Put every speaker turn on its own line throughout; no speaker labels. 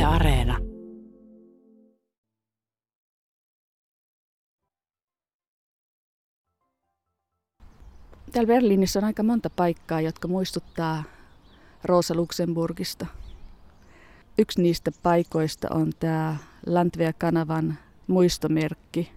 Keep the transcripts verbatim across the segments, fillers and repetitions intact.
Areena. Täällä Berliinissä on aika monta paikkaa, jotka muistuttaa Rosa Luxemburgista. Yksi niistä paikoista on tämä Landwehr-kanavan muistomerkki.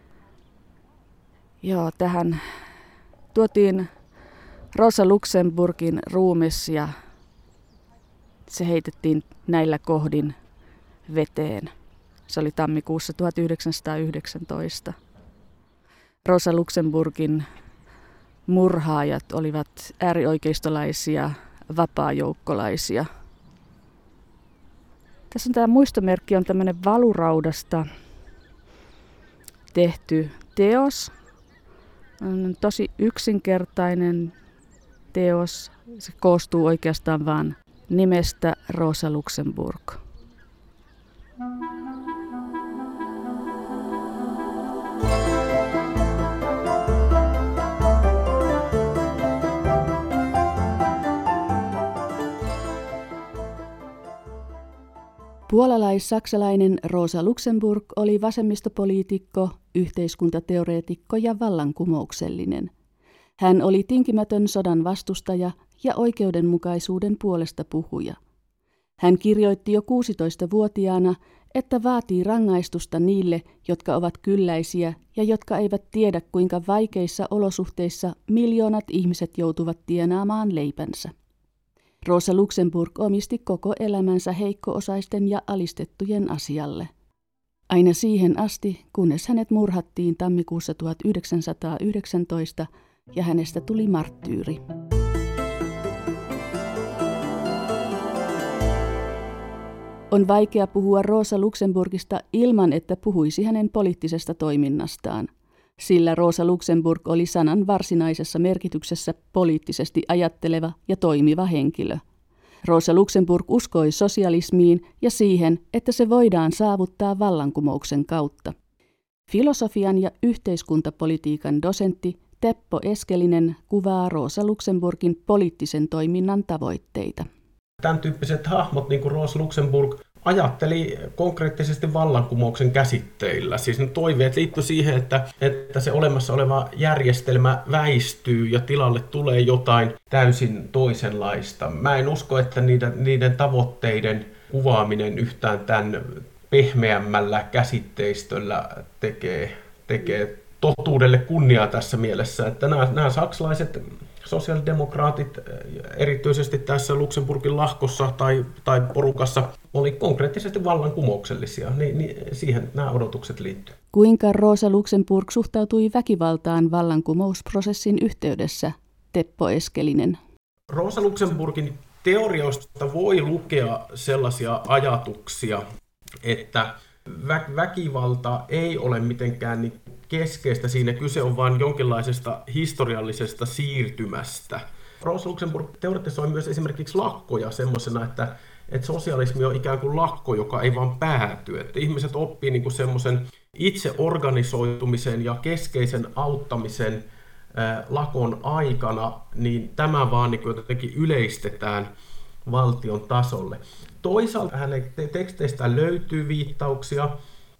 Joo, tähän tuotiin Rosa Luxemburgin ruumis ja se heitettiin näillä kohdin veteen. Se oli tammikuussa tuhatyhdeksänsataayhdeksäntoista. Rosa Luxemburgin murhaajat olivat äärioikeistolaisia, vapaajoukkolaisia. Tässä on tämä muistomerkki, on tämmöinen valuraudasta tehty teos. On tosi yksinkertainen teos. Se koostuu oikeastaan vain nimestä Rosa Luxemburg. Puolalais-saksalainen Rosa Luxemburg oli vasemmistopoliitikko, yhteiskuntateoreetikko ja vallankumouksellinen. Hän oli tinkimätön sodan vastustaja ja oikeudenmukaisuuden puolesta puhuja. Hän kirjoitti jo kuusitoistavuotiaana, että vaatii rangaistusta niille, jotka ovat kylläisiä ja jotka eivät tiedä, kuinka vaikeissa olosuhteissa miljoonat ihmiset joutuvat tienaamaan leipänsä. Rosa Luxemburg omisti koko elämänsä heikko-osaisten ja alistettujen asialle. Aina siihen asti, kunnes hänet murhattiin tammikuussa tuhatyhdeksänsataayhdeksäntoista ja hänestä tuli marttyyri. On vaikea puhua Rosa Luxemburgista ilman, että puhuisi hänen poliittisesta toiminnastaan. Sillä Rosa Luxemburg oli sanan varsinaisessa merkityksessä poliittisesti ajatteleva ja toimiva henkilö. Rosa Luxemburg uskoi sosialismiin ja siihen, että se voidaan saavuttaa vallankumouksen kautta. Filosofian ja yhteiskuntapolitiikan dosentti Teppo Eskelinen kuvaa Rosa Luxemburgin poliittisen toiminnan tavoitteita.
Tämän tyyppiset hahmot, niin kuin Rosa Luxemburg, ajatteli konkreettisesti vallankumouksen käsitteillä. Siis ne toiveet liittyivät siihen, että, että se olemassa oleva järjestelmä väistyy ja tilalle tulee jotain täysin toisenlaista. Mä en usko, että niiden, niiden tavoitteiden kuvaaminen yhtään tämän pehmeämmällä käsitteistöllä tekee, tekee totuudelle kunniaa tässä mielessä. Että nämä, nämä saksalaiset sosiaalidemokraatit, erityisesti tässä Luxemburgin lahkossa tai, tai porukassa, oli konkreettisesti vallankumouksellisia, niin, niin siihen nämä odotukset liittyy.
Kuinka Rosa Luxemburg suhtautui väkivaltaan vallankumousprosessin yhteydessä? Teppo Eskelinen.
Rosa Luxemburgin teorioista voi lukea sellaisia ajatuksia, että vä- väkivalta ei ole mitenkään niin keskeistä siinä, kyse on vain jonkinlaisesta historiallisesta siirtymästä. Rosa Luxemburg teoretisoi myös esimerkiksi lakkoja semmoisena, että, että sosialismi on ikään kuin lakko, joka ei vaan pääty. Että ihmiset oppii niin kuin semmoisen itseorganisoitumisen ja keskeisen auttamisen ää, lakon aikana, niin tämä vaan niin kuin jotenkin yleistetään valtion tasolle. Toisaalta hänen teksteistään löytyy viittauksia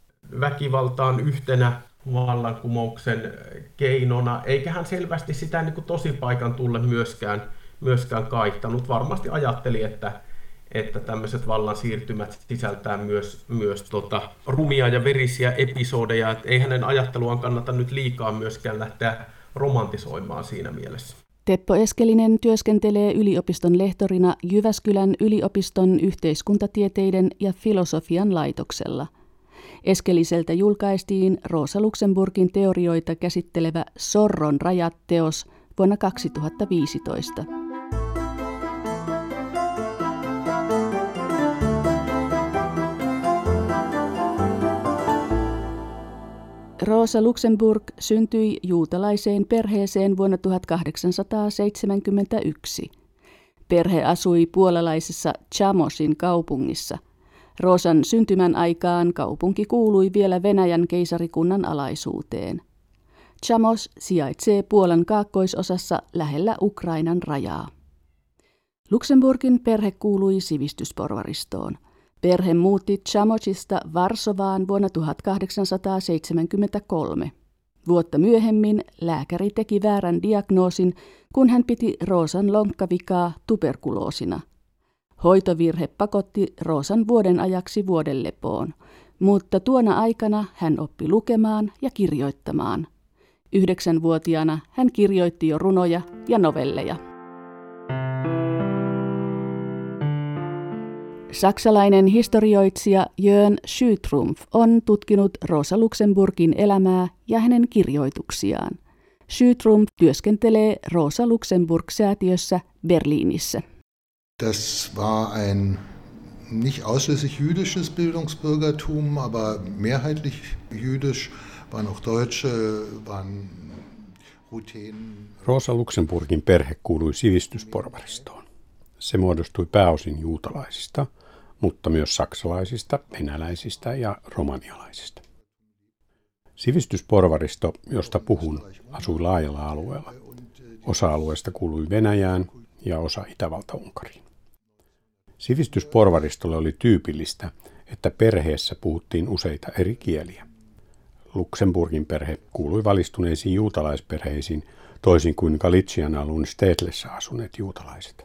väkivaltaan yhtenä vallankumouksen keinona, eikä hän selvästi sitä niin kuin tosipaikan tulle myöskään, myöskään kaihtanut. Varmasti ajatteli, että, että tämmöiset vallan siirtymät sisältää myös, myös tota, rumia ja verisiä episodeja. Et ei hänen ajatteluaan kannata nyt liikaa myöskään lähteä romantisoimaan siinä mielessä.
Teppo Eskelinen työskentelee yliopiston lehtorina Jyväskylän yliopiston yhteiskuntatieteiden ja filosofian laitoksella. Eskeliseltä julkaistiin Rosa Luxemburgin teorioita käsittelevä Sorron rajat-teos vuonna kaksituhattaviisitoista. Rosa Luxemburg syntyi juutalaiseen perheeseen vuonna tuhatkahdeksansataaseitsemänkymmentäyksi. Perhe asui puolalaisessa Chamosin kaupungissa. Rosan syntymän aikaan kaupunki kuului vielä Venäjän keisarikunnan alaisuuteen. Chamos sijaitsee Puolan kaakkoisosassa lähellä Ukrainan rajaa. Luxemburgin perhe kuului sivistysporvaristoon. Perhe muutti Chamocista Varsovaan vuonna tuhatkahdeksansataaseitsemänkymmentäkolme. Vuotta myöhemmin lääkäri teki väärän diagnoosin, kun hän piti Roosan lonkkavikaa tuberkuloosina. Hoitovirhe pakotti Roosan vuoden ajaksi vuodenlepoon, mutta tuona aikana hän oppi lukemaan ja kirjoittamaan. Yhdeksänvuotiaana hän kirjoitti jo runoja ja novelleja. Saksalainen historioitsija Jörn Schutrumf on tutkinut Rosa Luxemburgin elämää ja hänen kirjoituksiaan. Schutrumf työskentelee Rosa Luxemburg-säätiössä Berliinissä.
Das war ein nicht ausschließlich jüdisches Bildungsbürgertum, aber mehrheitlich jüdisch, waren auch Deutsche, waren Ruthenen.
Rosa Luxemburgin perhe kuului sivistysporvaristoon. Se muodostui pääosin juutalaisista, mutta myös saksalaisista, venäläisistä ja romanialaisista. Sivistysporvaristo, josta puhun, asui laajalla alueella. Osa alueesta kuului Venäjään ja osa Itävalta-Unkariin. Sivistysporvaristolle oli tyypillistä, että perheessä puhuttiin useita eri kieliä. Luxemburgin perhe kuului valistuneisiin juutalaisperheisiin, toisin kuin Galician alun Städtlessä asuneet juutalaiset.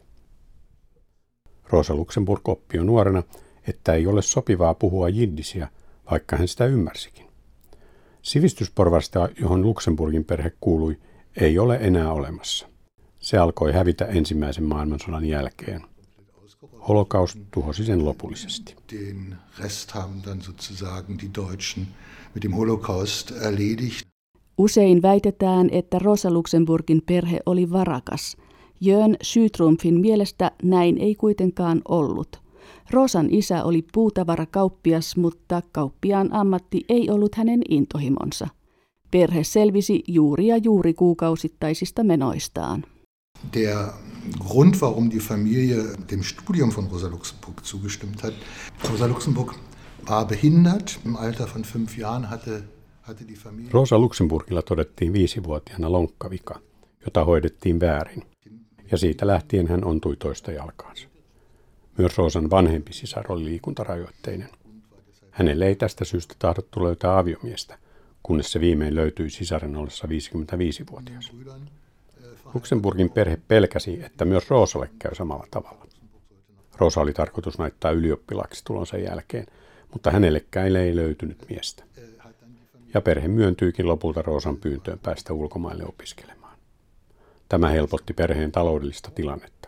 Rosa Luxemburg oppi jo nuorena, että ei ole sopivaa puhua jiddisiä, vaikka hän sitä ymmärsikin. Sivistysporvarista, johon Luxemburgin perhe kuului, ei ole enää olemassa. Se alkoi hävitä ensimmäisen maailmansodan jälkeen. Holokaust tuhosi sen lopullisesti.
Den Rest haben dann sozusagen die Deutschen mit dem Holocaust erledigt.
Usein väitetään, että Rosa Luxemburgin perhe oli varakas. Jörn Schutrumfin mielestä näin ei kuitenkaan ollut. Rosan isä oli puutavarakauppias, mutta kauppiaan ammatti ei ollut hänen intohimonsa. Perhe selvisi juuri ja juuri kuukausittaisista menoistaan.
Der Grund, warum die Familie dem Studium von Rosa Luxemburg zugestimmt hat, Rosa Luxemburg war behindert. Im Alter von fünf Jahren hatte, hatte die Familie...
Rosa Luxemburgilla todettiin viisivuotiaana lonkkavika, jota hoidettiin väärin, ja siitä lähtien hän ontui toista jalkaansa. Myös Rosan vanhempi sisar oli liikuntarajoitteinen. Hänelle ei tästä syystä tahdottu löytää aviomiestä, kunnes se viimein löytyi sisaren ollessa viisikymmentäviisivuotias. Luxemburgin perhe pelkäsi, että myös Rosalle käy samalla tavalla. Rosa oli tarkoitus näyttää ylioppilaaksi tulonsa jälkeen, mutta hänellekään ei löytynyt miestä. Ja perhe myöntyikin lopulta Rosan pyyntöön päästä ulkomaille opiskelemaan. Tämä helpotti perheen taloudellista tilannetta.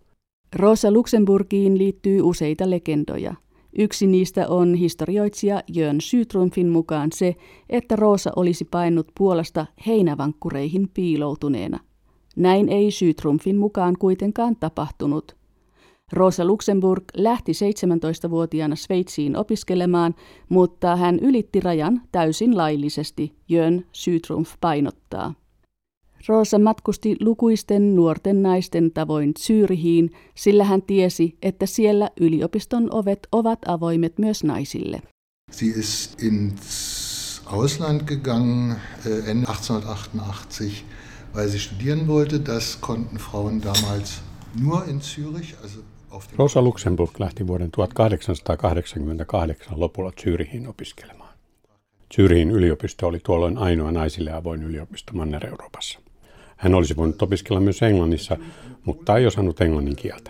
Rosa Luxemburgiin liittyy useita legendoja. Yksi niistä on historioitsija Jörn Schutrumfin mukaan se, että Rosa olisi paennut Puolasta heinävankkureihin piiloutuneena. Näin ei Schutrumfin mukaan kuitenkaan tapahtunut. Rosa Luxemburg lähti seitsemäntoistavuotiaana Sveitsiin opiskelemaan, mutta hän ylitti rajan täysin laillisesti, Jörn Schutrumf painottaa. Rosa matkusti lukuisten nuorten naisten tavoin Zürichiin, sillä hän tiesi, että siellä yliopiston ovet ovat avoimet myös naisille.
Sie ist ins Ausland gegangen Ende achtzehnhundertachtundachtzig, weil sie studieren wollte. Das konnten Frauen damals nur in Zürich, also auf dem...
Rosa Luxemburg lähti vuoden tuhatkahdeksansataakahdeksankymmentäkahdeksan lopulla Zürichiin opiskelemaan. Zürichin yliopisto oli tuolloin ainoa naisille avoin yliopisto Manner-Euroopassa. Hän olisi voinut opiskella myös Englannissa, mutta ei osannut englannin kieltä.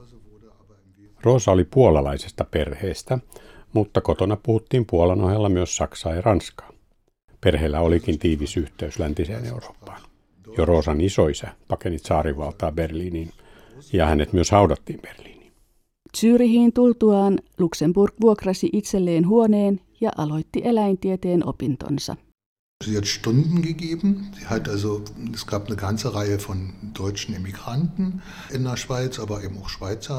Rosa oli puolalaisesta perheestä, mutta kotona puhuttiin Puolan ohella myös saksaa ja ranskaa. Perheellä olikin tiivis yhteys läntiseen Eurooppaan. Jo Rosan isoisä pakeni tsaarivaltaa Berliiniin, ja hänet myös haudattiin Berliiniin.
Zürichiin tultuaan Luxemburg vuokrasi itselleen huoneen ja aloitti eläintieteen opintonsa.
Sie hat Stunden gegeben. Sie hat also, es gab eine ganze Reihe von deutschen Emigranten in der Schweiz, aber eben auch Schweizer.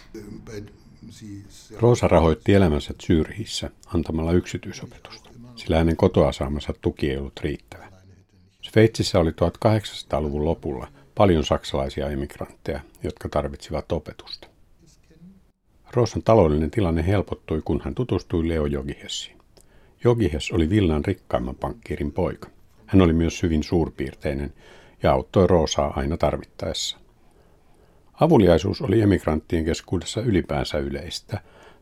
Rosa rahoitti elämänsä Zürichissä antamalla yksityisopetusta, sillä hänen kotoa saamansa tuki ei ollut riittävä. Sveitsissä oli tuhatkahdeksansataaluvun lopulla paljon saksalaisia emigrantteja, jotka tarvitsivat opetusta. Rosan taloudellinen tilanne helpottui, kun hän tutustui Leo Jogihessiin. Jogihes oli Vilnan rikkaimman pankkiirin poika. Hän oli myös hyvin suurpiirteinen ja auttoi Rosaa aina tarvittaessa. Avuliaisuus oli emigranttien keskuudessa ylipäänsä yleistä,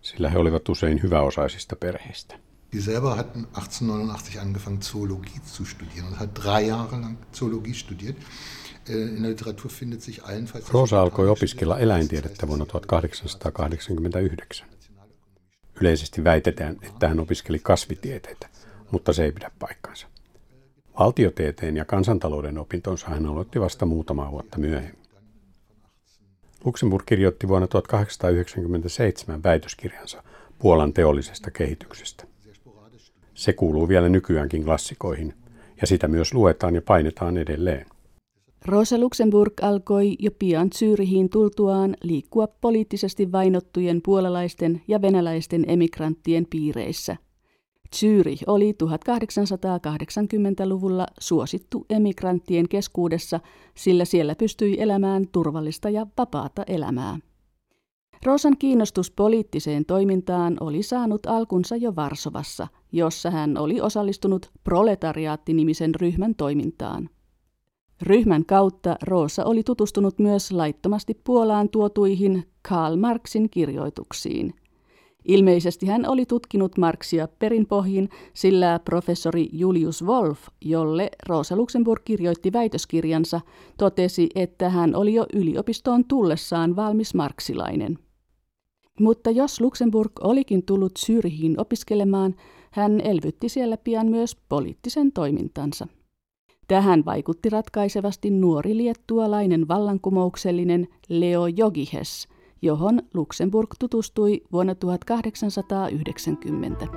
sillä he olivat usein hyväosaisista perheistä.
Die selber hatten achtzehnhundertneunundachtzig angefangen Zoologie zu studieren und hat drei Jahre lang Zoologie studiert. In der Literatur findet sich allenfalls...
Rosa alkoi opiskella eläintiedettä vuonna tuhatkahdeksansataakahdeksankymmentäyhdeksän. Yleisesti väitetään, että hän opiskeli kasvitieteitä, mutta se ei pidä paikkaansa. Valtiotieteen ja kansantalouden opintonsa hän aloitti vasta muutamaa vuotta myöhemmin. Luxemburg kirjoitti vuonna tuhatkahdeksansataayhdeksänkymmentäseitsemän väitöskirjansa Puolan teollisesta kehityksestä. Se kuuluu vielä nykyäänkin klassikoihin, ja sitä myös luetaan ja painetaan edelleen.
Rosa Luxemburg alkoi jo pian Zürichiin tultuaan liikkua poliittisesti vainottujen puolalaisten ja venäläisten emigranttien piireissä. Zürich oli tuhatkahdeksansataakahdeksankymmentäluvulla suosittu emigranttien keskuudessa, sillä siellä pystyi elämään turvallista ja vapaata elämää. Rosan kiinnostus poliittiseen toimintaan oli saanut alkunsa jo Varsovassa, jossa hän oli osallistunut proletariaatti-nimisen ryhmän toimintaan. Ryhmän kautta Rosa oli tutustunut myös laittomasti Puolaan tuotuihin Karl Marxin kirjoituksiin. Ilmeisesti hän oli tutkinut Marxia perinpohjin, sillä professori Julius Wolf, jolle Rosa Luxemburg kirjoitti väitöskirjansa, totesi, että hän oli jo yliopistoon tullessaan valmis marxilainen. Mutta jos Luxemburg olikin tullut Zürichiin opiskelemaan, hän elvytti siellä pian myös poliittisen toimintansa. Tähän vaikutti ratkaisevasti nuori liettualainen vallankumouksellinen Leo Jogihes, johon Luxemburg tutustui vuonna tuhatkahdeksansataayhdeksänkymmentä.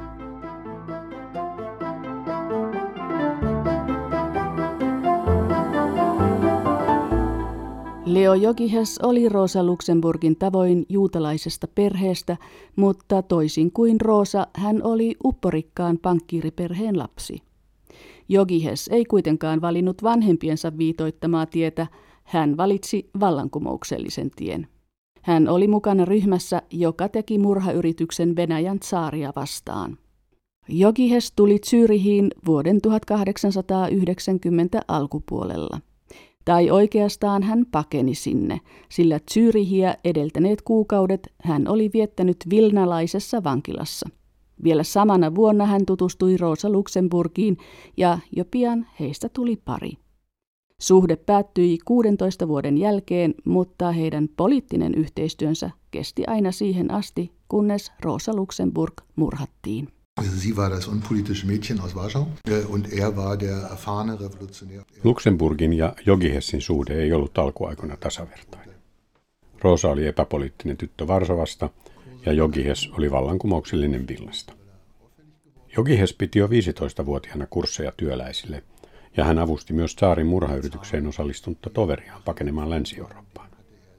Leo Jogihes oli Rosa Luxemburgin tavoin juutalaisesta perheestä, mutta toisin kuin Rosa, hän oli upporikkaan pankkiiriperheen lapsi. Jogihes ei kuitenkaan valinnut vanhempiensa viitoittamaa tietä, hän valitsi vallankumouksellisen tien. Hän oli mukana ryhmässä, joka teki murhayrityksen Venäjän tsaaria vastaan. Jogihes tuli Zürichiin vuoden tuhatkahdeksansataayhdeksänkymmentä alkupuolella. Tai oikeastaan hän pakeni sinne, sillä Zürichiä edeltäneet kuukaudet hän oli viettänyt vilnalaisessa vankilassa. Vielä samana vuonna hän tutustui Rosa Luxemburgiin ja jo pian heistä tuli pari. Suhde päättyi kuudentoista vuoden jälkeen, mutta heidän poliittinen yhteistyönsä kesti aina siihen asti, kunnes Rosa Luxemburg murhattiin.
Sie war das unpolitische Mädchen aus Warschau und er war der erfahrene Revolutionär.
Luxemburgin ja Jogihesin suhde ei ollut alkuaikoina tasavertainen. Rosa oli epäpoliittinen tyttö Varsovasta ja Jogihes oli vallankumouksellinen Villasta. Jogihes piti jo viisitoistavuotiaana kursseja työläisille ja hän avusti myös tsaarin murhayritykseen osallistunutta toveriaan pakenemaan Länsi-Eurooppaan.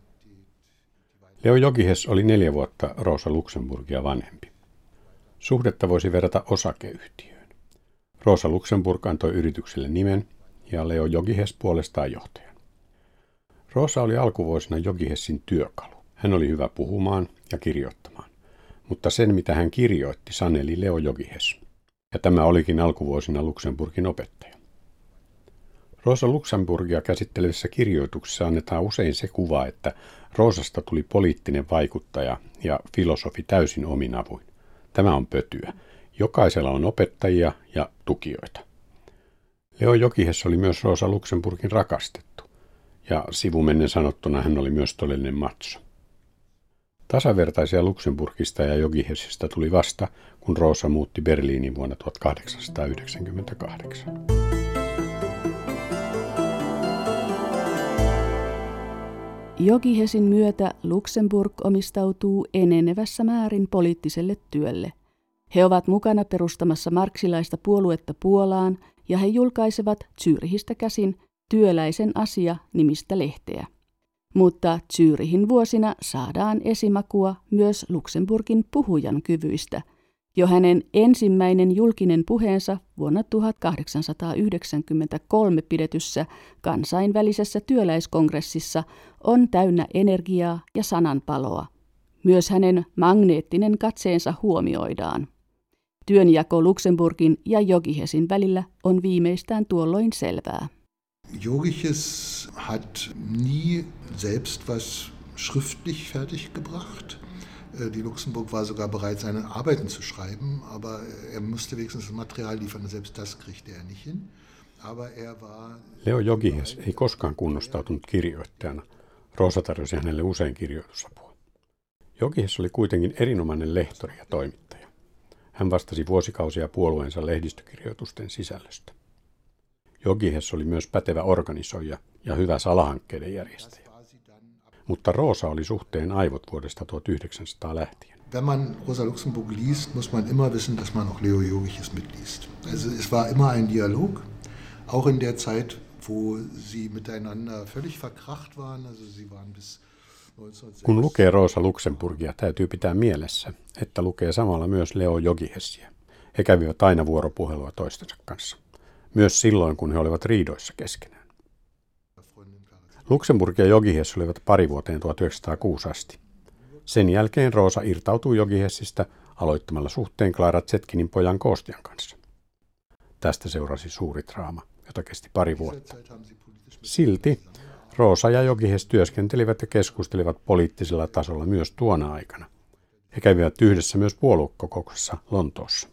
Leo Jogihes oli neljä vuotta Rosa Luxemburgia vanhempi. Suhdetta voisi verrata osakeyhtiöön. Rosa Luxemburg antoi yritykselle nimen ja Leo Jogihes puolestaan johtajan. Rosa oli alkuvuosina Jogihesin työkalu. Hän oli hyvä puhumaan ja kirjoittamaan, mutta sen mitä hän kirjoitti saneli Leo Jogihes. Ja tämä olikin alkuvuosina Luxemburgin opettaja. Rosa Luxemburgia käsittelevissä kirjoituksissa annetaan usein se kuva, että Rosasta tuli poliittinen vaikuttaja ja filosofi täysin omin avuin. Tämä on pötyä. Jokaisella on opettajia ja tukijoita. Leo Jogihes oli myös Rosa Luxemburgin rakastettu, ja sivumennen sanottuna hän oli myös todellinen macho. Tasavertaisia Luxemburgista ja Jogihesista tuli vasta, kun Rosa muutti Berliiniin vuonna tuhatkahdeksansataayhdeksänkymmentäkahdeksan.
Jogihesin myötä Luxemburg omistautuu enenevässä määrin poliittiselle työlle. He ovat mukana perustamassa marksilaista puoluetta Puolaan ja he julkaisevat Zürichistä käsin Työläisen asia -nimistä lehteä. Mutta Zürichin vuosina saadaan esimakua myös Luxemburgin puhujan kyvyistä. Jo hänen ensimmäinen julkinen puheensa vuonna tuhatkahdeksansataayhdeksänkymmentäkolme pidetyssä kansainvälisessä työläiskongressissa on täynnä energiaa ja sananpaloa. Myös hänen magneettinen katseensa huomioidaan. Työnjako Luxemburgin ja Jogihesin välillä on viimeistään tuolloin selvää.
Jogihes hat nie selbst was schriftlich fertiggebracht. Die Luxemburg war sogar bereit, seine Arbeiten zu schreiben, aber er musste wenigstens das Material liefern, und selbst das kriegte er nicht hin. Aber er war...
Leo Jogihes ei koskaan kunnostautunut kirjoittajana. Roosa tarjosi hänelle usein kirjoitusapua. Jogihes oli kuitenkin erinomainen lehtori ja toimittaja. Hän vastasi vuosikausia puolueensa lehdistökirjoitusten sisällöstä. Jogihes oli myös pätevä organisoija ja hyvä salahankkeiden järjestäjä. Mutta Roosa oli suhteen aivot vuodesta tuhatyhdeksänsataa lähtien.
Wenn man Rosa Luxemburg liest, muss man immer wissen, dass man auch Leo Jogihes mitliest. Also es war immer ein Dialog, auch in der Zeit, wo sie miteinander völlig verkracht waren. Also sie waren bis
Kun lukee Rosa Luxemburgia, täytyy pitää mielessä, että lukee samalla myös Leo Jogihesia. He kävivät aina vuoropuhelua toistensa kanssa, myös silloin, kun he olivat riidoissa keskenään. Luxemburg ja Jogihes olivat pari vuoteen tuhatyhdeksänsataakuusi asti. Sen jälkeen Roosa irtautui Jogihesistä aloittamalla suhteen Clara Zetkinin pojan Kostian kanssa. Tästä seurasi suuri draama, jota kesti pari vuotta. Silti Roosa ja Jogihes työskentelivät ja keskustelivat poliittisella tasolla myös tuona aikana. He kävivät yhdessä myös puoluekokouksessa Lontoossa.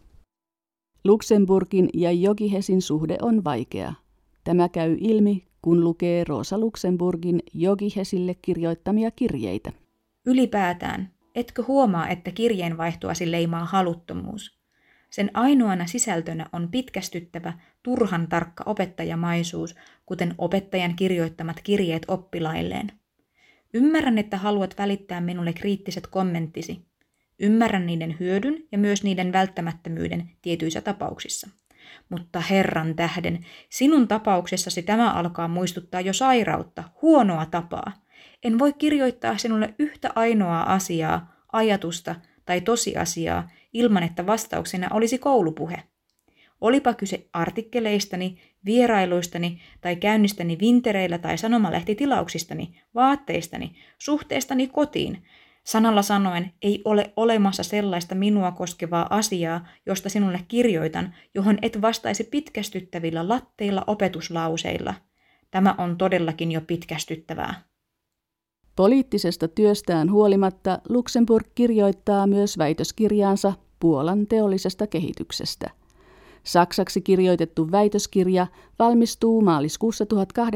Luxemburgin ja Jogihesin suhde on vaikea. Tämä käy ilmi, kun lukee Rosa Luxemburgin Jogihesille kirjoittamia kirjeitä.
Ylipäätään, etkö huomaa, että kirjeenvaihtoasi leimaa haluttomuus? Sen ainoana sisältönä on pitkästyttävä, turhan tarkka opettajamaisuus, kuten opettajan kirjoittamat kirjeet oppilailleen. Ymmärrän, että haluat välittää minulle kriittiset kommenttisi. Ymmärrän niiden hyödyn ja myös niiden välttämättömyyden tietyissä tapauksissa. Mutta Herran tähden, sinun tapauksessasi tämä alkaa muistuttaa jo sairautta, huonoa tapaa. En voi kirjoittaa sinulle yhtä ainoaa asiaa, ajatusta tai tosiasiaa ilman, että vastauksena olisi koulupuhe. Olipa kyse artikkeleistani, vierailuistani tai käynnistäni vintereillä tai sanomalehtitilauksistani, vaatteistani, suhteestani kotiin. Sanalla sanoen ei ole olemassa sellaista minua koskevaa asiaa, josta sinulle kirjoitan, johon et vastaisi pitkästyttävillä latteilla opetuslauseilla. Tämä on todellakin jo pitkästyttävää.
Poliittisesta työstään huolimatta Luxemburg kirjoittaa myös väitöskirjaansa Puolan teollisesta kehityksestä. Saksaksi kirjoitettu väitöskirja valmistuu maaliskuussa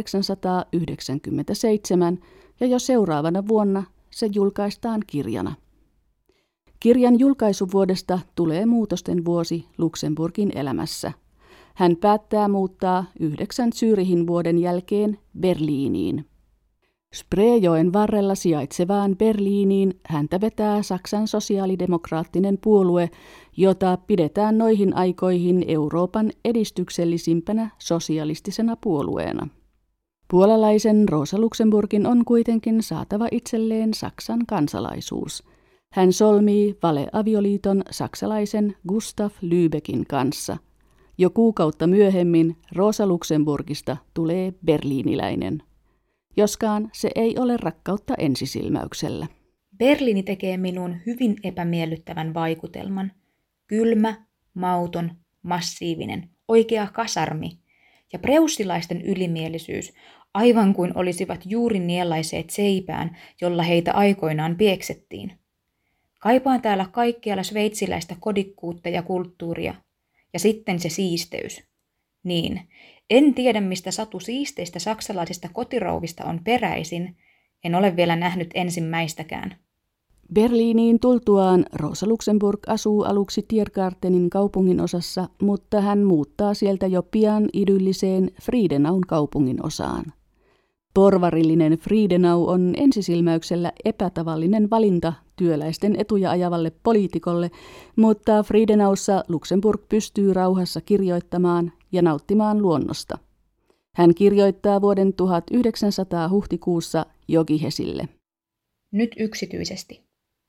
tuhatkahdeksansataayhdeksänkymmentäseitsemän ja jo seuraavana vuonna se julkaistaan kirjana. Kirjan julkaisuvuodesta tulee muutosten vuosi Luxemburgin elämässä. Hän päättää muuttaa yhdeksän Zürichin vuoden jälkeen Berliiniin. Spreejoen varrella sijaitsevaan Berliiniin häntä vetää Saksan sosiaalidemokraattinen puolue, jota pidetään noihin aikoihin Euroopan edistyksellisimpänä sosialistisena puolueena. Puolalaisen Rosa Luxemburgin on kuitenkin saatava itselleen Saksan kansalaisuus. Hän solmii valeavioliiton saksalaisen Gustav Lübeckin kanssa. Jo kuukautta myöhemmin Rosa Luxemburgista tulee berliiniläinen. Joskaan se ei ole rakkautta ensisilmäyksellä.
Berliini tekee minuun hyvin epämiellyttävän vaikutelman. Kylmä, mauton, massiivinen, oikea kasarmi ja preussilaisten ylimielisyys, aivan kuin olisivat juuri nielaiseet seipään, jolla heitä aikoinaan pieksettiin. Kaipaan täällä kaikkialla sveitsiläistä kodikkuutta ja kulttuuria. Ja sitten se siisteys. Niin, en tiedä mistä satu siisteistä saksalaisista kotirouvista on peräisin. En ole vielä nähnyt ensimmäistäkään.
Berliiniin tultuaan Rosa Luxemburg asuu aluksi Tiergartenin kaupungin osassa, mutta hän muuttaa sieltä jo pian idylliseen Friedenaun kaupungin osaan. Porvarillinen Friedenau on ensisilmäyksellä epätavallinen valinta työläisten etuja ajavalle poliitikolle, mutta Friedenaussa Luxemburg pystyy rauhassa kirjoittamaan ja nauttimaan luonnosta. Hän kirjoittaa vuoden tuhatyhdeksänsataa huhtikuussa Jogihesille.
Nyt yksityisesti.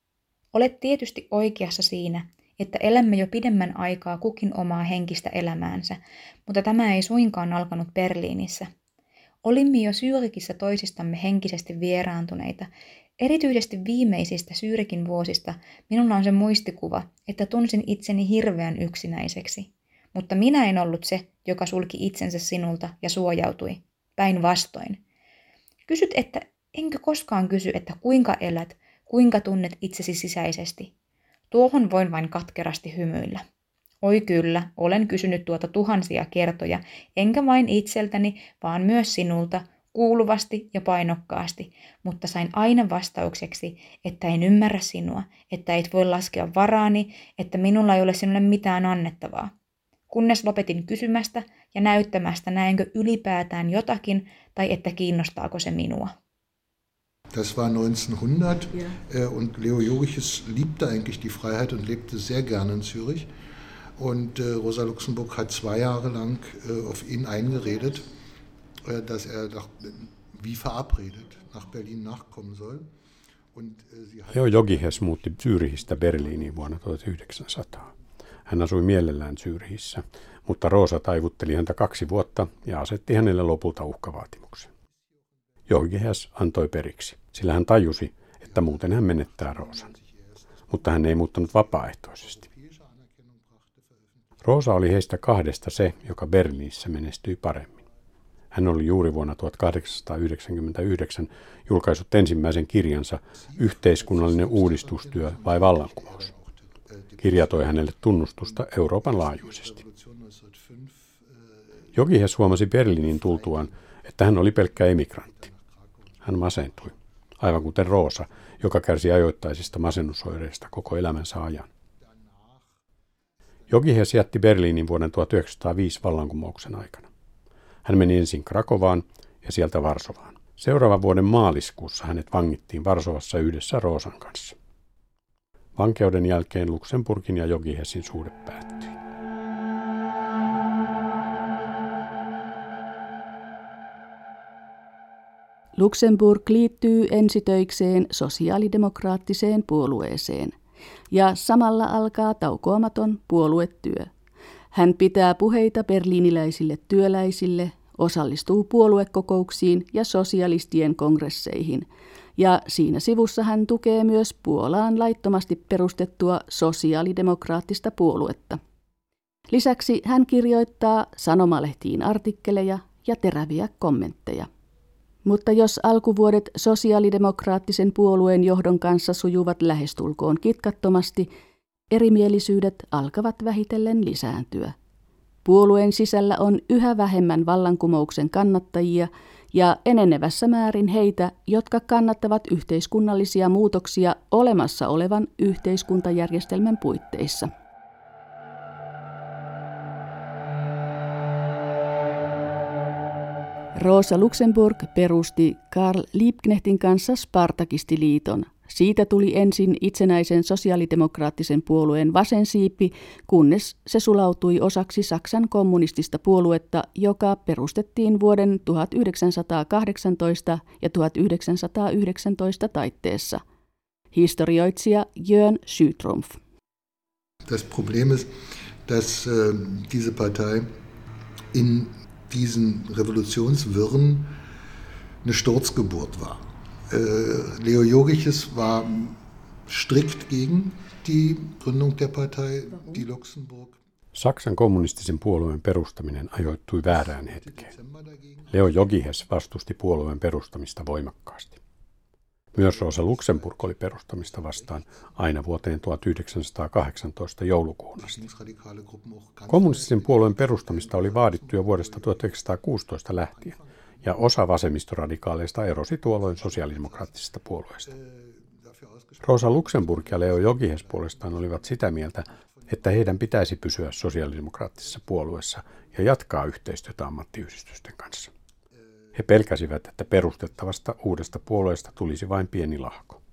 Olet tietysti oikeassa siinä, että elämme jo pidemmän aikaa kukin omaa henkistä elämäänsä, mutta tämä ei suinkaan alkanut Berliinissä. Olimme jo Zürichissä toisistamme henkisesti vieraantuneita. Erityisesti viimeisistä Zürichin vuosista minulla on se muistikuva, että tunsin itseni hirveän yksinäiseksi. Mutta minä en ollut se, joka sulki itsensä sinulta ja suojautui. Päinvastoin. Kysyt, että enkö koskaan kysy, että kuinka elät, Kuinka tunnet itsesi sisäisesti? Tuohon voin vain katkerasti hymyillä. Oi kyllä, olen kysynyt tuota tuhansia kertoja, enkä vain itseltäni, vaan myös sinulta, kuuluvasti ja painokkaasti, mutta sain aina vastaukseksi, että en ymmärrä sinua, että et voi laskea varaani, että minulla ei ole sinulle mitään annettavaa. Kunnes lopetin kysymästä ja näyttämästä, näenkö ylipäätään jotakin tai että kiinnostaako se minua.
Das war neunzehnhundert ja. Und Leo Jogiches liebte eigentlich die Freiheit und lebte sehr gerne in Zürich. Und Rosa Luxemburg hat zwei Jahre lang auf ihn eingeredet, dass er nach, wie verabredet nach Berlin nachkommen soll. Und sie
Leo Jogihes muutti Zürihistä Berliiniin vuonna tuhatyhdeksänsataa. Hän asui mielellään Zürichissä, mutta Rosa taivutteli häntä kaksi vuotta ja asetti hänelle lopulta uhkavaatimuksen. Jogihes antoi periksi, sillä hän tajusi, että muuten hän menettää Rosan. Mutta hän ei muuttanut vapaaehtoisesti. Rosa oli heistä kahdesta se, joka Berliinissä menestyi paremmin. Hän oli juuri vuonna tuhatkahdeksansataayhdeksänkymmentäyhdeksän julkaissut ensimmäisen kirjansa Yhteiskunnallinen uudistustyö vai vallankumous. Kirja toi hänelle tunnustusta Euroopan laajuisesti. Jogihes huomasi Berliinin tultuaan, että hän oli pelkkä emigrantti. Hän masentui, aivan kuten Rosa, joka kärsi ajoittaisista masennusoireista koko elämänsä ajan. Jogihes jätti Berliinin vuoden tuhatyhdeksänsataaviisi vallankumouksen aikana. Hän meni ensin Krakovaan ja sieltä Varsovaan. Seuraavan vuoden maaliskuussa hänet vangittiin Varsovassa yhdessä Rosan kanssa. Vankeuden jälkeen Luxemburgin ja Jogihesin suhde päättyi.
Luxemburg liittyy ensitöikseen sosiaalidemokraattiseen puolueeseen ja samalla alkaa taukoamaton puoluetyö. Hän pitää puheita berliiniläisille työläisille, osallistuu puoluekokouksiin ja sosialistien kongresseihin, ja siinä sivussa hän tukee myös Puolaan laittomasti perustettua sosiaalidemokraattista puoluetta. Lisäksi hän kirjoittaa sanomalehtiin artikkeleja ja teräviä kommentteja. Mutta jos alkuvuodet sosiaalidemokraattisen puolueen johdon kanssa sujuvat lähestulkoon kitkattomasti, erimielisyydet alkavat vähitellen lisääntyä. Puolueen sisällä on yhä vähemmän vallankumouksen kannattajia ja enenevässä määrin heitä, jotka kannattavat yhteiskunnallisia muutoksia olemassa olevan yhteiskuntajärjestelmän puitteissa. Rosa Luxemburg perusti Karl Liebknechtin kanssa Spartakistiliiton. Siitä tuli ensin itsenäisen sosiaalidemokraattisen puolueen vasensiipi, kunnes se sulautui osaksi Saksan kommunistista puoluetta, joka perustettiin vuoden tuhatyhdeksänsataakahdeksantoista ja tuhatyhdeksänsataayhdeksäntoista taitteessa. Historioitsija Jörn Schütrumpf.
Das Problem ist, dass äh, diese Partei in diesen Revolutionswirren eine Sturzgeburt war. Leo Jogiches war strikt gegen die Gründung der Partei, die Luxemburg.
Saksan kommunistisen puolueen perustaminen ajoittui väärään hetkeen. Leo Jogihes vastusti puolueen perustamista voimakkaasti. Myös Rosa Luxemburg oli perustamista vastaan aina vuoteen tuhatyhdeksänsataakahdeksantoista joulukuun asti. Kommunistisen puolueen perustamista oli vaadittu jo vuodesta tuhatyhdeksänsataakuusitoista lähtien, ja osa vasemmistoradikaaleista erosi tuolloin sosiaalidemokraattisesta puolueesta. Rosa Luxemburg ja Leo Jogihes puolestaan olivat sitä mieltä, että heidän pitäisi pysyä sosiaalidemokraattisessa puolueessa ja jatkaa yhteistyötä ammattiyhdistysten kanssa. He pelkäsivät, että perustettavasta uudesta puolueesta tulisi vain pieni lahko.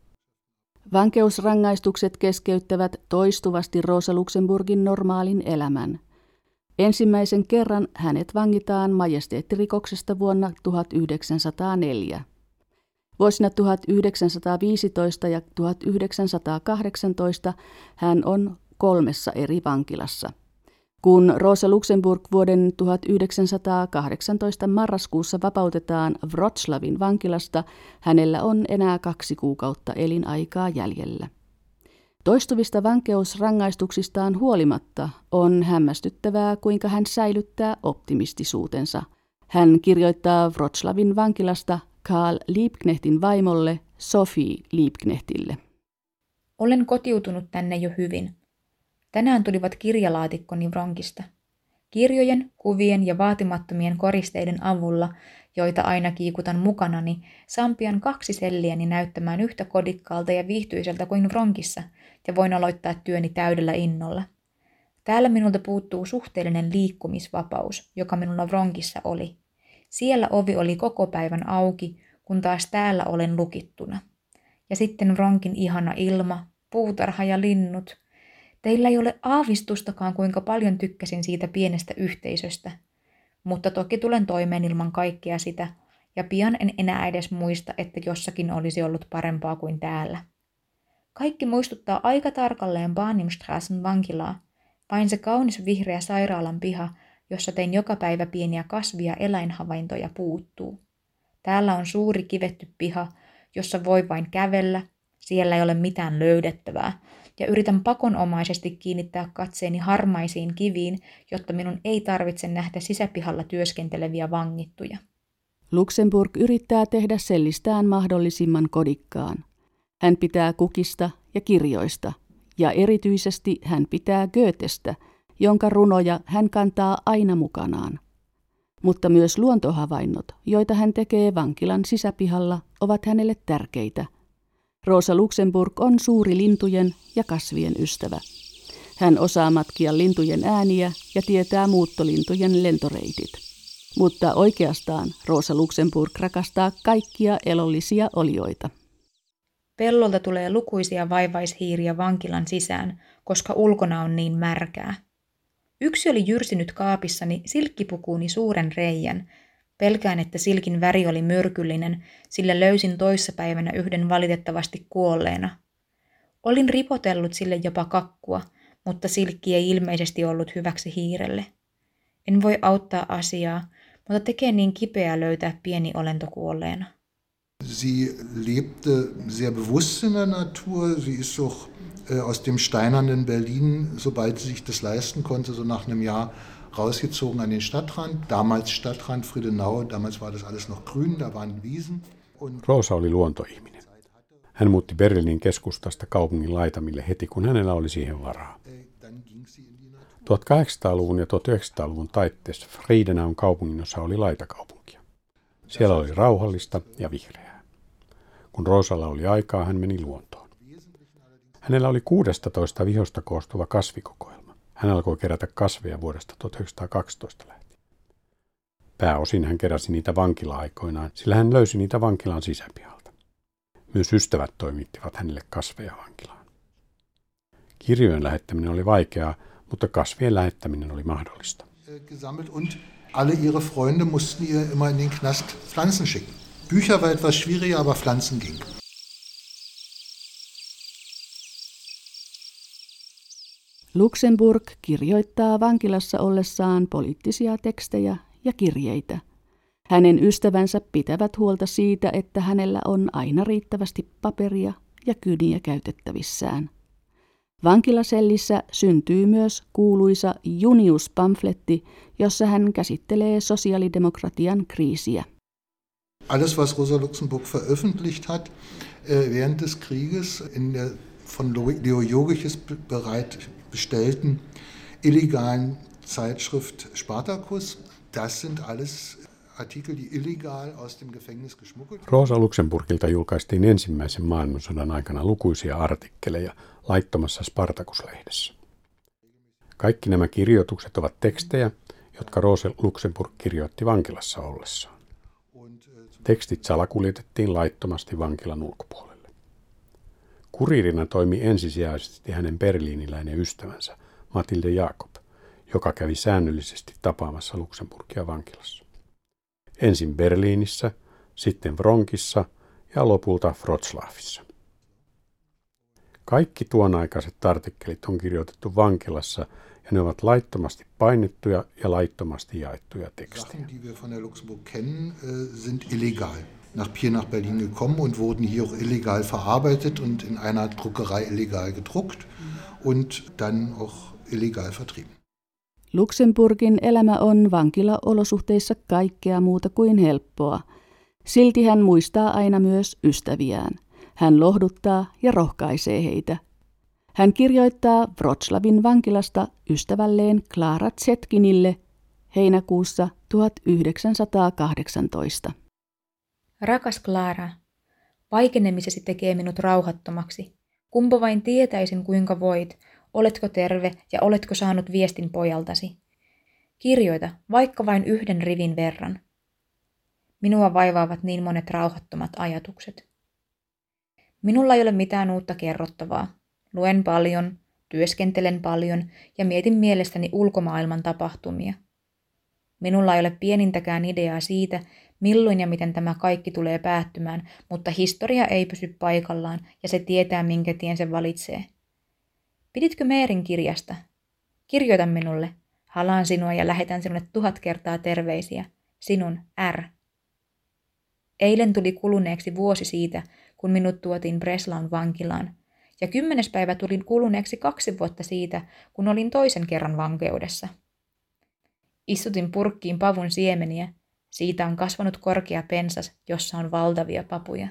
Vankeusrangaistukset keskeyttävät toistuvasti Rosa Luxemburgin normaalin elämän. Ensimmäisen kerran hänet vangitaan majesteettirikoksesta vuonna tuhatyhdeksänsataaneljä. Vuosina tuhatyhdeksänsataaviisitoista ja tuhatyhdeksänsataakahdeksantoista hän on kolmessa eri vankilassa. Kun Rosa Luxemburg vuoden tuhatyhdeksänsataakahdeksantoista marraskuussa vapautetaan Wrocławin vankilasta, hänellä on enää kaksi kuukautta elinaikaa jäljellä. Toistuvista vankeusrangaistuksistaan huolimatta on hämmästyttävää, kuinka hän säilyttää optimistisuutensa. Hän kirjoittaa Wrocławin vankilasta Karl Liebknechtin vaimolle Sophie Liebknechtille.
Olen kotiutunut tänne jo hyvin. Tänään tulivat kirjalaatikkoni Vronkista. Kirjojen, kuvien ja vaatimattomien koristeiden avulla, joita aina kiikutan mukanani, saan pian kaksi selliäni näyttämään yhtä kodikkaalta ja viihtyiseltä kuin Vronkissa, ja voin aloittaa työni täydellä innolla. Täällä minulta puuttuu suhteellinen liikkumisvapaus, joka minulla Vronkissa oli. Siellä ovi oli koko päivän auki, kun taas täällä olen lukittuna. Ja sitten Vronkin ihana ilma, puutarha ja linnut. Teillä ei ole aavistustakaan, kuinka paljon tykkäsin siitä pienestä yhteisöstä. Mutta toki tulen toimeen ilman kaikkea sitä, ja pian en enää edes muista, että jossakin olisi ollut parempaa kuin täällä. Kaikki muistuttaa aika tarkalleen Barnimstraßen vankilaa, vain se kaunis vihreä sairaalan piha, jossa tein joka päivä pieniä kasvi- ja eläinhavaintoja, puuttuu. Täällä on suuri kivetty piha, jossa voi vain kävellä, siellä ei ole mitään löydettävää, ja yritän pakonomaisesti kiinnittää katseeni harmaisiin kiviin, jotta minun ei tarvitse nähdä sisäpihalla työskenteleviä vangittuja.
Luxemburg yrittää tehdä sellistään mahdollisimman kodikkaan. Hän pitää kukista ja kirjoista, ja erityisesti hän pitää Goethestä, jonka runoja hän kantaa aina mukanaan. Mutta myös luontohavainnot, joita hän tekee vankilan sisäpihalla, ovat hänelle tärkeitä. Rosa Luxemburg on suuri lintujen ja kasvien ystävä. Hän osaa matkia lintujen ääniä ja tietää muuttolintujen lentoreitit. Mutta oikeastaan Rosa Luxemburg rakastaa kaikkia elollisia olioita.
Pellolta tulee lukuisia vaivaishiiriä vankilan sisään, koska ulkona on niin märkää. Yksi oli jyrsinyt kaapissani silkkipukuuni suuren reijän. Pelkään, että silkin väri oli myrkyllinen, sillä löysin toissapäivänä yhden valitettavasti kuolleena. Olin ripotellut sille jopa kakkua, mutta silkki ei ilmeisesti ollut hyväksi hiirelle. En voi auttaa asiaa, mutta tekee niin kipeää löytää pieni olento kuolleena.
Sie lebte sehr bewusst in der Natur. Sie ist auch äh, aus dem steinernen Berlin, sobald sie sich das leisten konnte, so nach einem Jahr rausgezogen an den Stadtrand. Damals Stadtrand Friedenau, damals war das alles noch grün, da waren Wiesen.
Rosa oli luontoihminen. Hän muutti Berliinin keskustasta kaupungin laitamille heti, kun hänellä oli siihen varaa. tuhatkahdeksansataaluvun ja tuhatyhdeksänsataaluvun taitteessa Friedenaun kaupunginosa oli laitakaupunkia. Siellä oli rauhallista ja vihreää. Kun Rosalla oli aikaa, hän meni luontoon. Hänellä oli kuusitoista vihosta koostuva kasvikokoelma. Hän alkoi kerätä kasveja vuodesta tuhatyhdeksänsataakaksitoista lähtien. Pääosin hän keräsi niitä vankila-aikoinaan, sillä hän löysi niitä vankilan sisäpihalta. Myös ystävät toimittivat hänelle kasveja vankilaan. Kirjojen lähettäminen oli vaikeaa, mutta kasvien lähettäminen oli mahdollista.
Gesammelt und alle ihre Freunde mussten ihr immer in den Knast Pflanzen schicken. Bücher war etwas schwieriger, aber Pflanzen ging.
Luxemburg kirjoittaa vankilassa ollessaan poliittisia tekstejä ja kirjeitä. Hänen ystävänsä pitävät huolta siitä, että hänellä on aina riittävästi paperia ja kyniä käytettävissään. Vankilasellissä syntyy myös kuuluisa Junius-pamfletti, jossa hän käsittelee sosiaalidemokratian kriisiä.
Alles, was Rosa Luxemburg veröffentlicht hat äh, während des Krieges in der von Leo Jogiches bereit bestellten illegalen Zeitschrift Spartacus, das sind alles Artikel, die illegal aus dem Gefängnis geschmuggelt wurden.
Rosa Luxemburgilta julkaistiin ensimmäisen maailmansodan aikana lukuisia artikkeleja laittomassa Spartacus-lehdessä. Kaikki nämä kirjoitukset ovat tekstejä, jotka Rosa Luxemburg kirjoitti vankilassa ollessaan. Tekstit salakuljetettiin laittomasti vankilan ulkopuolelle. Kuriirina toimi ensisijaisesti hänen berliiniläinen ystävänsä Mathilde Jacob, joka kävi säännöllisesti tapaamassa Luxemburgia vankilassa. Ensin Berliinissä, sitten Vronkissa ja lopulta Wrocławissa. Kaikki tuonaikaiset artikkelit on kirjoitettu vankilassa ja ne ovat laittomasti painettuja ja laittomasti jaettuja tekstejä.
Sachen, die wir von der Luxemburg kennen, sind illegal. Nach hier nach Berlin gekommen und wurden hier auch illegal verarbeitet und in einer Druckerei illegal gedruckt und dann auch illegal vertrieben.
Luxemburgin elämä on vankilaolosuhteissa kaikkea muuta kuin helppoa. Silti hän muistaa aina myös ystäviään. Hän lohduttaa ja rohkaisee heitä, Hän kirjoittaa Wrocławin vankilasta ystävälleen Klara Zetkinille heinäkuussa tuhatyhdeksänsataakahdeksantoista.
Rakas Klara, vaikenemisesi tekee minut rauhattomaksi. Kumpa vain tietäisin, kuinka voit, oletko terve ja oletko saanut viestin pojaltasi. Kirjoita, vaikka vain yhden rivin verran. Minua vaivaavat niin monet rauhattomat ajatukset. Minulla ei ole mitään uutta kerrottavaa. Luen paljon, työskentelen paljon ja mietin mielessäni ulkomaailman tapahtumia. Minulla ei ole pienintäkään ideaa siitä, milloin ja miten tämä kaikki tulee päättymään, mutta historia ei pysy paikallaan ja se tietää, minkä tien se valitsee. Piditkö Meerin kirjasta? Kirjoita minulle. Halaan sinua ja lähetän sinulle tuhat kertaa terveisiä. Sinun R. Eilen tuli kuluneeksi vuosi siitä, kun minut tuotiin Breslaun vankilaan, ja kymmenes päivä tuli kuluneeksi kaksi vuotta siitä, kun olin toisen kerran vankeudessa. Istutin purkkiin pavun siemeniä. Siitä on kasvanut korkea pensas, jossa on valtavia papuja.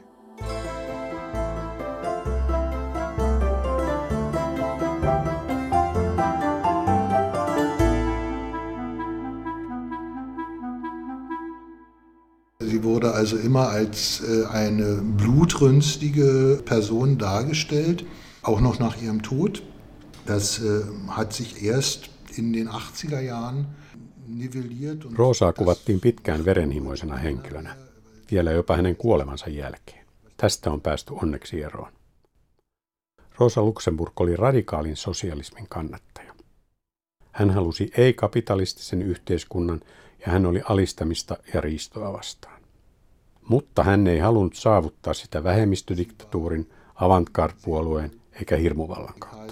Sie wurde also immer als eine blutrünstige Person dargestellt, auch noch nach ihrem Tod. Das hat sich erst in den achtziger Jahren nivelliert.
Roosaa kuvattiin pitkään verenhimoisena henkilönä, vielä jopa hänen kuolemansa jälkeen. Tästä on päästy onneksi eroon. Rosa Luxemburg oli radikaalin sosialismin kannattaja. Hän halusi ei-kapitalistisen yhteiskunnan ja hän oli alistamista ja riistoa vastaan. Mutta hän ei halunnut saavuttaa sitä vähemmistödiktatuurin, avantgarde-puolueen eikä hirmuvallan kautta.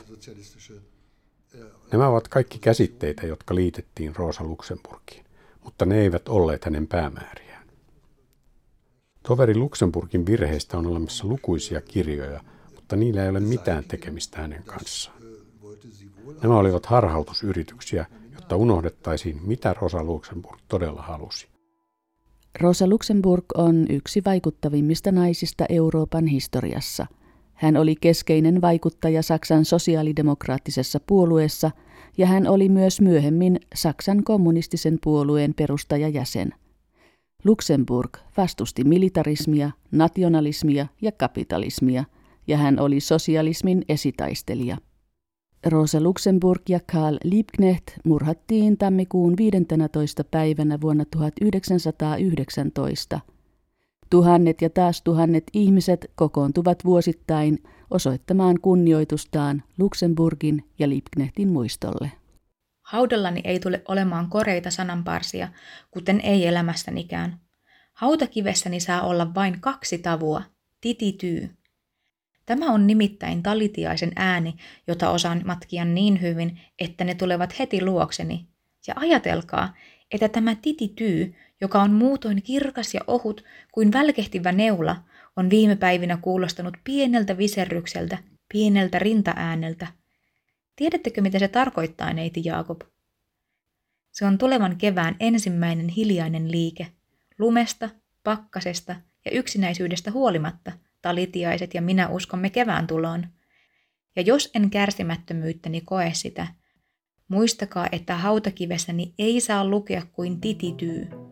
Nämä ovat kaikki käsitteitä, jotka liitettiin Rosa Luxemburgiin, mutta ne eivät olleet hänen päämääriään. Toveri Luxemburgin virheistä on olemassa lukuisia kirjoja, mutta niillä ei ole mitään tekemistä hänen kanssaan. Nämä olivat harhautusyrityksiä, jotta unohdettaisiin, mitä Rosa Luxemburg todella halusi.
Rosa Luxemburg on yksi vaikuttavimmista naisista Euroopan historiassa. Hän oli keskeinen vaikuttaja Saksan sosiaalidemokraattisessa puolueessa ja hän oli myös myöhemmin Saksan kommunistisen puolueen perustajajäsen. Luxemburg vastusti militarismia, nationalismia ja kapitalismia ja hän oli sosialismin esitaistelija. Rosa Luxemburg ja Karl Liebknecht murhattiin tammikuun viidentenätoista päivänä vuonna tuhatyhdeksänsataayhdeksäntoista. Tuhannet ja taas tuhannet ihmiset kokoontuvat vuosittain osoittamaan kunnioitustaan Luxemburgin ja Liebknechtin muistolle.
Haudallani ei tule olemaan koreita sananparsia, kuten ei elämästänikään. Hautakivessäni saa olla vain kaksi tavua, titityy. Tämä on nimittäin talitiaisen ääni, jota osaan matkia niin hyvin, että ne tulevat heti luokseni. Ja ajatelkaa, että tämä titityy, joka on muutoin kirkas ja ohut kuin välkehtivä neula, on viime päivinä kuulostanut pieneltä viserrykseltä, pieneltä rintaääneltä. Tiedättekö, mitä se tarkoittaa, neiti Jaakob? Se on tulevan kevään ensimmäinen hiljainen liike. Lumesta, pakkasesta ja yksinäisyydestä huolimatta talitiaiset ja minä uskomme kevään tuloon. Ja jos en kärsimättömyyttäni koe sitä, muistakaa, että hautakivessäni ei saa lukea kuin titityy.